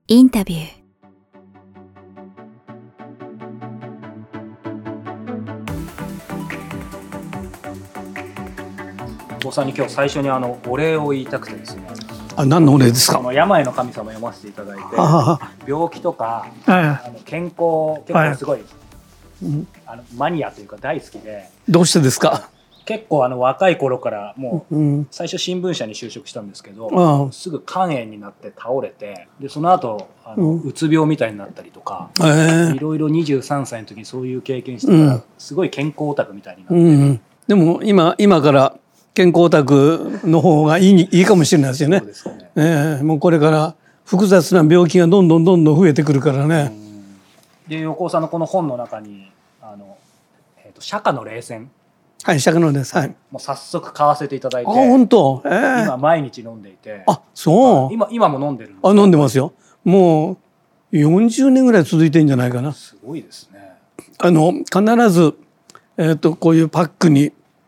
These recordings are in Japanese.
インタビュー。 お父さんに今日最初にお礼を言いたくてですね。 何のお礼ですか？ 病の神様読ませていただいて、病気とか、健康結構すごい、マニアというか大好きで。 どうしてですか？ 結構若い頃からもう最初新聞社に就職したんですけど、すぐ肝炎になって倒れて、でその後うつ病みたいになったりとか、いろいろ23歳の時にそういう経験してからすごい健康オタクみたいになって、 でも今から健康オタクの方がいいかもしれないですよね。 そうですね。 もうこれから複雑な病気がどんどん増えてくるからね。 で横尾さんのこの本の中に釈迦の冷泉、 はい、釈迦のです。はい。 もう早速買わせていただいて。 本当。 今毎日飲んでいて。 そう。 今も飲んでるんですか？ 飲んでますよ。もう40年ぐらい続いてんじゃないかな。 すごいですね。 必ずこういうパックに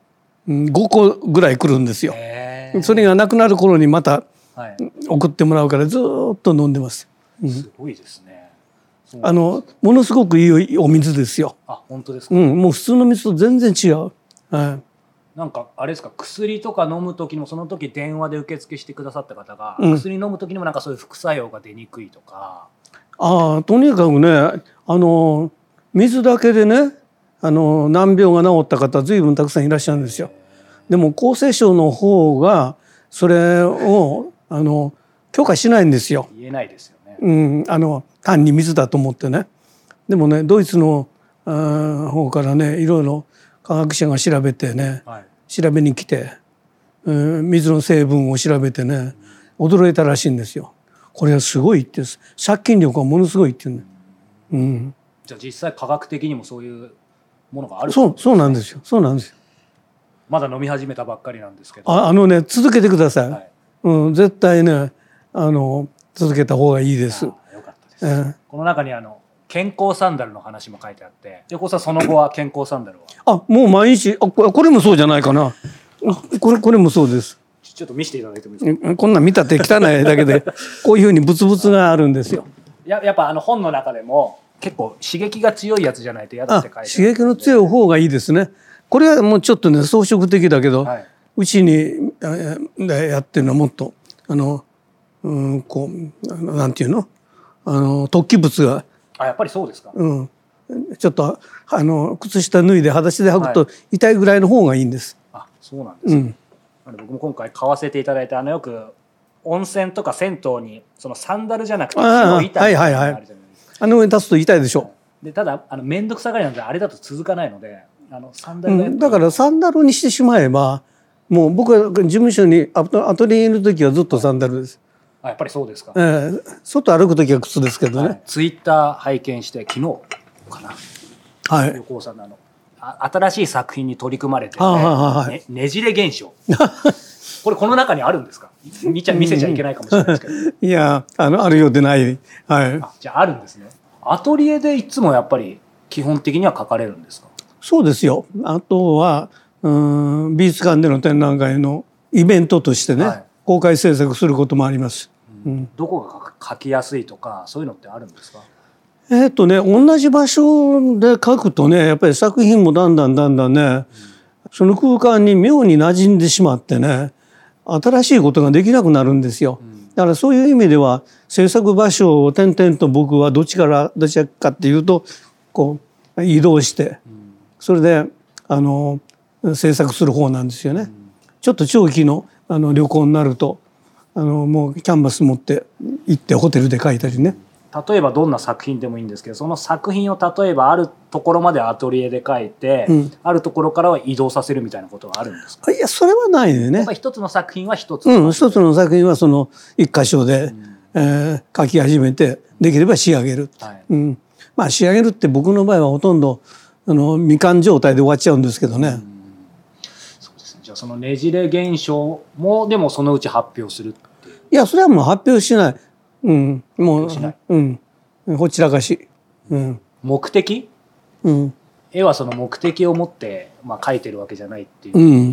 5個ぐらい来るんですよ。それがなくなる頃にまた送ってもらうからずっと飲んでます。 すごいですね。 ものすごくいいお水ですよ。 本当ですか？ もう普通の水と全然違う。 なんかあれですか、薬とか飲む時にもその時電話で受付してくださった方が、薬飲む時にもなんかそういう副作用が出にくいとか。 とにかくね、水だけでね、難病が治った方随分たくさんいらっしゃるんですよ。でも厚生省の方がそれを許可しないんですよ。 言えないですよね。 単に水だと思ってね。でもね、ドイツの方からね、いろいろ科学者が調べてね、調べに来て、水の成分を調べてね、驚いたらしいんですよ。これはすごいって殺菌力はものすごいっていうね。 じゃあ実際科学的にもそういうものがあるんですね。 そうなんですよ。そうなんですよ。 まだ飲み始めたばっかりなんですけど。 続けてください。絶対ね、続けた方がいいです。 よかったです。この中に健康サンダルの話も書いてあって、横尾さんその後は健康サンダルは？ もう毎日、これもそうじゃないかな。これもそうです。 ちょっと見せていただいてもいいですか？ こんなん見たって汚いだけでこういうふうにブツブツがあるんですよ。 やっぱ本の中でも結構刺激が強いやつじゃないと嫌だって書いてある。 刺激の強い方がいいですね。これはもうちょっとね装飾的だけど、うちにやってるのはもっとこうなんていうの突起物がやっぱりそうですか。 ちょっと靴下脱いで裸足で履くと痛いぐらいの方がいいんです。 そうなんですね。僕も今回買わせていただいてよく温泉とか銭湯にそのサンダルじゃなくて木の板みたいなのがあるじゃないですか。 上に立つと痛いでしょ。 でただ面倒くさがりなんであれだと続かないのでサンダルがだからサンダルにしてしまえばもう僕は事務所にアトリエにいる時はずっとサンダルです。 やっぱりそうですか。 外歩く時は靴ですけどね。 ツイッター拝見して昨日かな。横尾さんの新しい作品に取り組まれてねじれ現象。これこの中にあるんですか？見せちゃいけないかもしれないですけど。 いやあるようでない。 じゃああるんですね。アトリエでいつもやっぱり基本的には書かれるんですか？そうですよ。あとは美術館での展覧会のイベントとしてね、公開制作することもあります。 どこが書きやすいとかそういうのってあるんですか？ 同じ場所で書くとねやっぱり作品もだんだんね、その空間に妙に馴染んでしまってね新しいことができなくなるんですよ。だからそういう意味では制作場所を転々と僕はどちらかっていうとこう移動してそれで制作する方なんですよね。ちょっと長期の旅行になるともうキャンバス持って行ってホテルで書いたりね。 例えばどんな作品でもいいんですけどその作品を例えばあるところまでアトリエで書いて、あるところからは移動させるみたいなことがあるんですか？ いやそれはないよね。 やっぱり一つの作品は一つの作品はその一箇所で、書き始めてできれば仕上げる、仕上げるって僕の場合はほとんど未完状態で終わっちゃうんですけどね。 そうですね。じゃあそのねじれ現象もでもそのうち発表するっていう。 いやそれはもう発表しない。もうほちらかし。 目的？絵はその目的を持って描いてるわけじゃないっていう。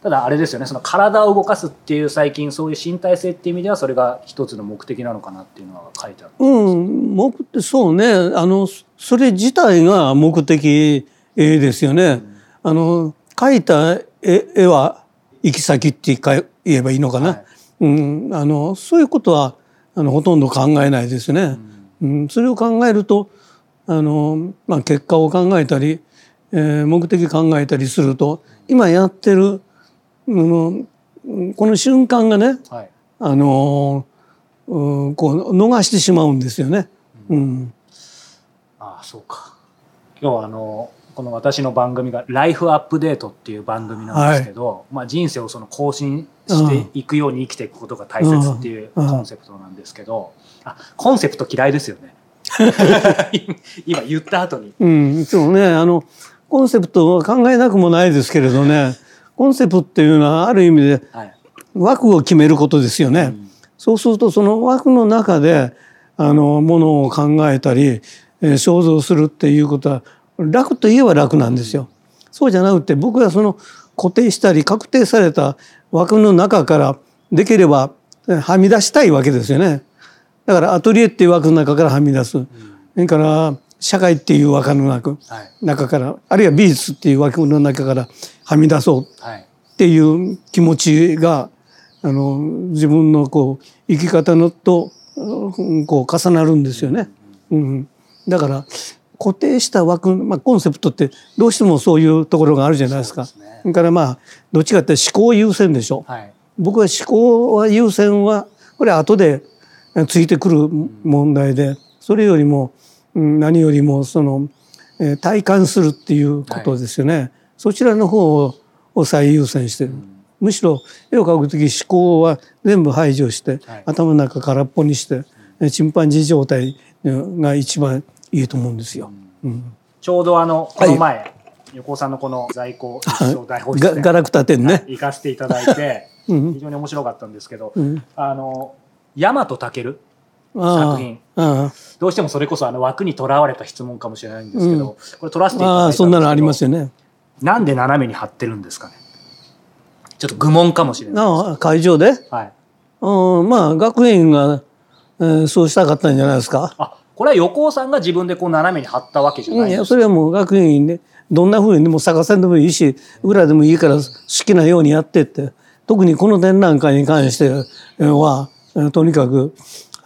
ただあれですよね、その体を動かすっていう最近そういう身体性っていう意味ではそれが一つの目的なのかなっていうのは書いてある。 そうね、それ自体が目的ですよね。描いた絵は行き先って言えばいいのかな。そういうことはほとんど考えないですね。それを考えると結果を考えたり、目的考えたりすると今やってるこの瞬間がね、こう逃してしまうんですよね。 ああそうか。今日はこの私の番組がライフアップデートっていう番組なんですけど、人生をその更新していくように生きていくことが大切っていうコンセプトなんですけど、コンセプト嫌いですよね。今言った後に。 そうね、コンセプトは考えなくもないですけれどね、コンセプトっていうのはある意味で枠を決めることですよね。そうするとその枠の中でものを考えたり想像するっていうことは楽といえば楽なんですよ。そうじゃなくて僕はその固定したり確定された枠の中からできればはみ出したいわけですよね。だからアトリエっていう枠の中からはみ出す。それから社会っていう枠の中から、あるいは美術っていう枠の中からはみ出そうっていう気持ちが自分の生き方のと重なるんですよね。だから固定した枠、コンセプトってどうしてもそういうところがあるじゃないですか。それからどっちかって思考優先でしょ。僕は思考は優先はこれ後でついてくる問題で、それよりも何よりも体感するっていうことですよね。そちらの方を最優先してる。むしろ絵を描くとき思考は全部排除して、頭の中空っぽにしてチンパンジー状態が一番いいと思うんですよ。 ちょうどこの前、横尾さんのこの在庫一生大放出ガラクタ展ね、 行かせていただいて非常に面白かったんですけど、大和健作品、どうしてもそれこそ枠にとらわれた質問かもしれないんですけど、これ撮らせていただいたんですけど、 そんなのありますよね。 なんで斜めに貼ってるんですかね。ちょっと愚問かもしれないです。 会場で、学園が、そうしたかったんじゃないですか。 これは横尾さんが自分で斜めに貼ったわけじゃないんですか。 それはもう学園でどんなふうにでも逆線でもいいし裏でもいいから好きなようにやってって、特にこの展覧会に関してはとにかく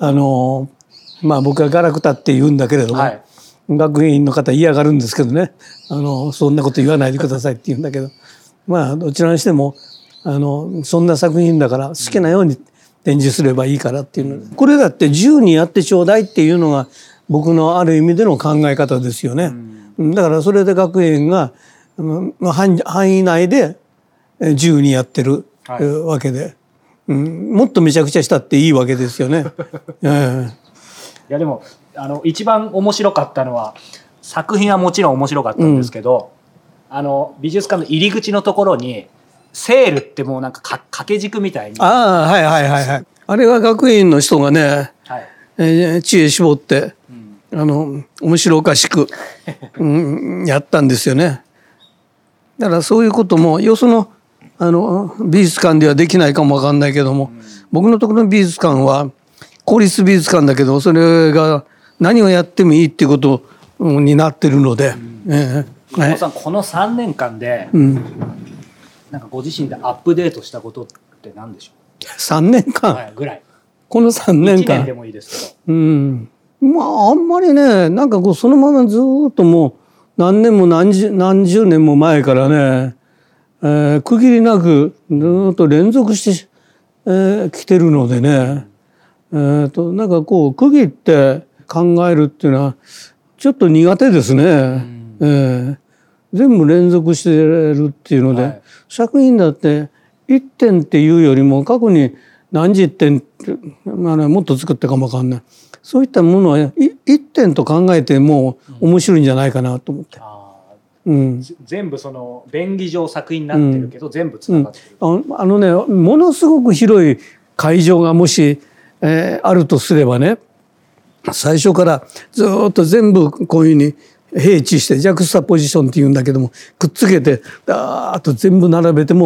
僕はガラクタって言うんだけれども、学院の方嫌がるんですけどね、そんなこと言わないでくださいって言うんだけど、どちらにしてもそんな作品だから好きなように展示すればいいからっていうので、これだって自由にやってちょうだいっていうのが僕のある意味での考え方ですよね。だからそれで学園が範囲内で自由にやってるわけで、もっとめちゃくちゃしたっていいわけですよね。いやでも一番面白かったのは、作品はもちろん面白かったんですけど、美術館の入り口のところにセールってもうなんか掛け軸みたいに、 あれは学院の人がね、知恵絞って、面白おかしく、やったんですよね。だからそういうこともよその美術館ではできないかもわかんないけども、僕のところの美術館は公立美術館だけど、それが何をやってもいいっていうことになってるので、 横尾さんこの3年間で、なんかご自身でアップデートしたことって何でしょう。 3年間、 ぐらい。 この3年間。 1年でもいいですけど。 あんまりね、なんかそのままずっともう何年も何十年も前からね、区切りなくずっと連続してきてるのでね、なんか区切って考えるっていうのはちょっと苦手ですね。全部連続してるっていうので、作品だって1点っていうよりも過去に何十点もっと作ったかもわかんない。そういったものは1点と考えても面白いんじゃないかなと思って。 全部その便宜上作品になってるけど、全部つながってる。 ものすごく広い会場がもし、あるとすればね、最初からずっと全部こういうふうに配置してジャクスタポジションっていうんだけども、くっつけてダーッと全部並べても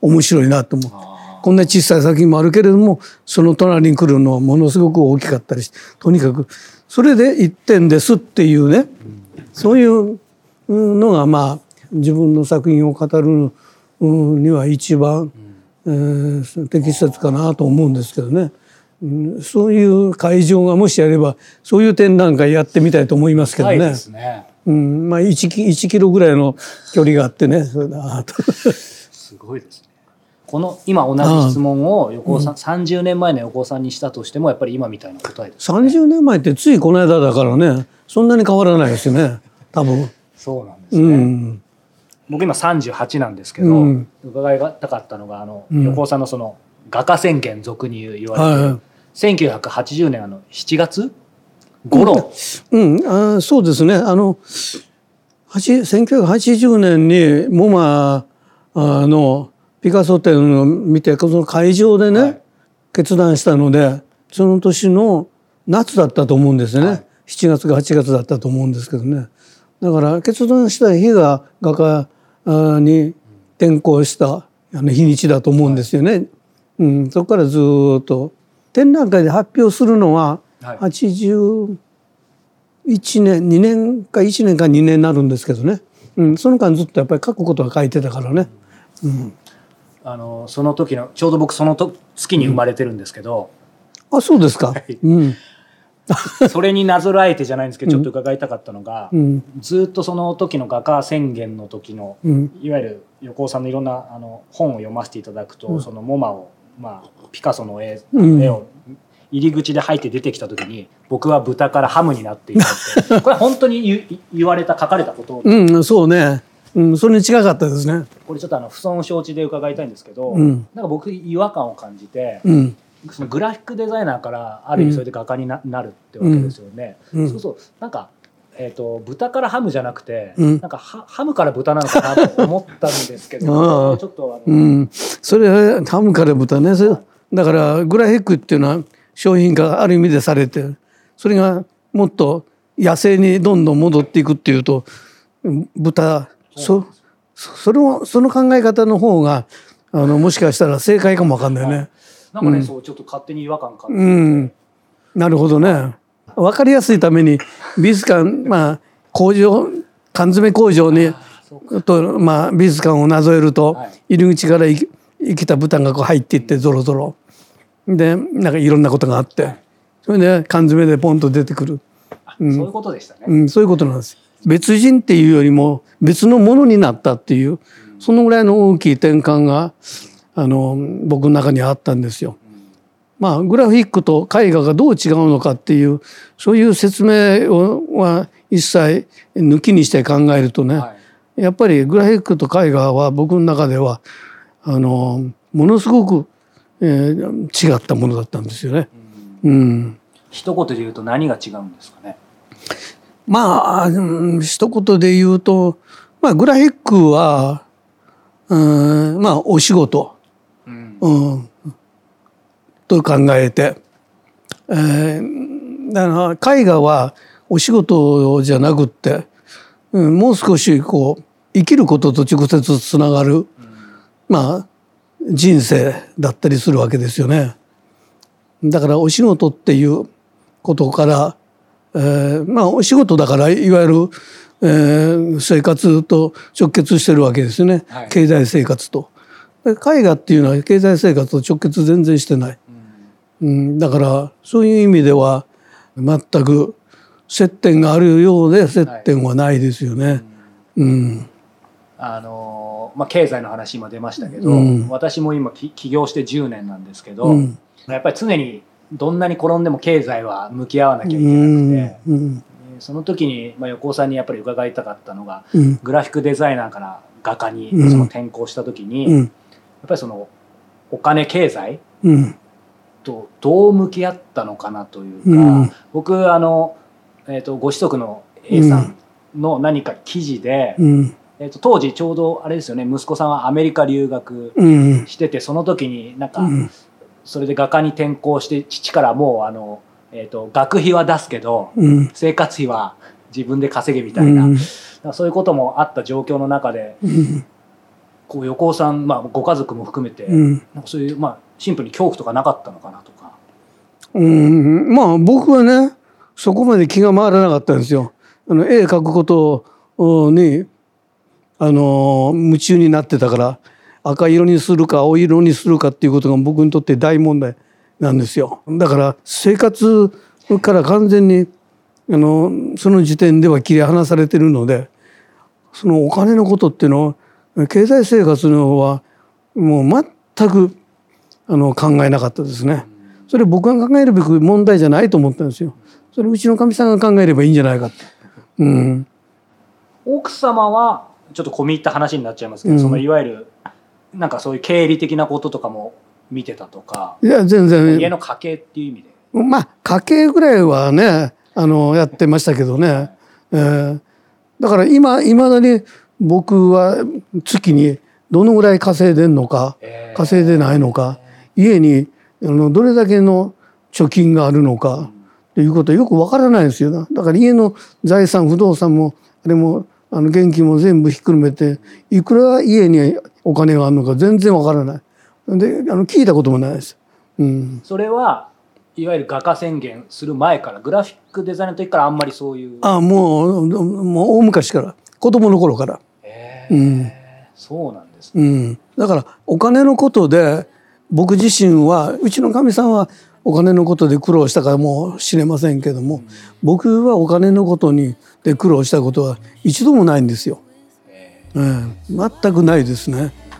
面白いなと思う。こんな小さい作品もあるけれどもその隣に来るのはものすごく大きかったりしてとにかくそれで一点ですっていうね、そういうのがまあ自分の作品を語るには一番、適切かなと思うんですけどね。そういう会場がもしあればそういう展覧会やってみたいと思いますけどね。 ですね。 まあ1キロぐらいの距離があってね。それだすごいですね。この今同じ質問を横尾さん、30年前の横尾さんにしたとしてもやっぱり今みたいな答えですね。 30年前ってついこの間だからね、そんなに変わらないですよね。多分。 そうなんですね。僕今38なんですけど、伺いたかったのが横尾さんのその画家宣言俗に言われてる、1980年7月頃、 そうですね。1980年にモマのピカソ展を見てその会場でね、決断したのでその年の夏だったと思うんですよね。7月か8月だったと思うんですけどね。だから決断した日が画家に転校した日にちだと思うんですよね。そこからずっと展覧会で発表するのは81年2年か1年か2年になるんですけどね、その間ずっとやっぱり書くことは書いてたからね、 その時のちょうど僕その月に生まれてるんですけど、 そうですか、 それになぞらえてじゃないんですけどちょっと伺いたかったのが、ずっとその時の画家宣言の時の、いわゆる横尾さんのいろんな本を読ませていただくと、そのモマをピカソの絵を入り口で入って出てきた時に僕は豚からハムになっていたってこれ本当に言われた書かれたこと、 そうね、それに近かったですね。 これちょっと不損承知で伺いたいんですけど、なんか僕違和感を感じて、そのグラフィックデザイナーからある意味それで画家になるってわけですよね。そうそう、なんか豚からハムじゃなくて、なんかハムから豚なのかなと思ったんですけど、ちょっとそれはハムから豚ね。だからグラフィックっていうのは商品化ある意味でされて、それがもっと野生にどんどん戻っていくっていうと豚、その考え方の方がもしかしたら正解かもわかんないね。 なんかね、そうちょっと勝手に違和感感じて、 なるほどね。分かりやすいために美術館、工場缶詰工場に美術館をなぞえると、入り口から生きた豚がこう入っていってゾロゾロでなんかいろんなことがあって、それで缶詰でポンと出てくる、 そういうことでしたね。 そういうことなんです。別人っていうよりも別のものになったっていう、そのぐらいの大きい転換が僕の中にあったんですよ。グラフィックと絵画がどう違うのかっていうそういう説明は一切抜きにして考えるとね、やっぱりグラフィックと絵画は僕の中ではものすごく、違ったものだったんですよね。 一言で言うと何が違うんですかね。 一言で言うと、グラフィックはお仕事、と考えて、だから絵画はお仕事じゃなくって、もう少しこう生きることと直接つながる、人生だったりするわけですよね。だからお仕事っていうことから、お仕事だからいわゆる、生活と直結してるわけですよね、経済生活と。絵画っていうのは経済生活と直結全然してない。だからそういう意味では全く接点があるようで接点はないですよね。 経済の話今出ましたけど、私も今起業して10年なんですけど、やっぱり常にどんなに転んでも経済は向き合わなきゃいけなくて、その時に横尾さんにやっぱり伺いたかったのが、グラフィックデザイナーから画家にその転向した時に、やっぱりそのお金経済、とどう向き合ったのかなというか、僕ご子息の A さんの何か記事で、当時ちょうどあれですよね、息子さんはアメリカ留学してて、その時になんかそれで画家に転校して父からもう学費は出すけど、生活費は自分で稼げみたいな、そういうこともあった状況の中で、 こう横尾さん、ご家族も含めて、なんかそういうシンプルに恐怖とかなかったのかなとか。 僕はねそこまで気が回らなかったんですよ。絵描くことに夢中になってたから、赤色にするか青色にするかっていうことが僕にとって大問題なんですよ。だから生活から完全にその時点では切り離されてるので、そのお金のことっていうのは経済生活のはもう全く考えなかったですね。それ僕が考えるべき問題じゃないと思ったんですよ。それうちのかみさんが考えればいいんじゃないかって。 奥様はちょっと込み入った話になっちゃいますけど、そのいわゆるなんかそういう経理的なこととかも見てたとか。 いや全然家の家計っていう意味で。 家計ぐらいはねやってましたけどね。だからいまだに僕は月にどのぐらい稼いでんのか、稼いでないのか、家にどれだけの貯金があるのかっていうことはよくわからないですよ。だから家の財産不動産もあれも現金も全部ひっくるめていくら家にお金があるのか全然わからない。で聞いたこともないです。 それはいわゆる画家宣言する前からグラフィックデザイナーの時からあんまりそういう。 もう大昔から子供の頃から。 そうなんですね。 だからお金のことで僕自身はうちのかみさんはお金のことで苦労したかもしれませんけども、僕はお金のことで苦労したことは一度もないんですよ。全くないですね。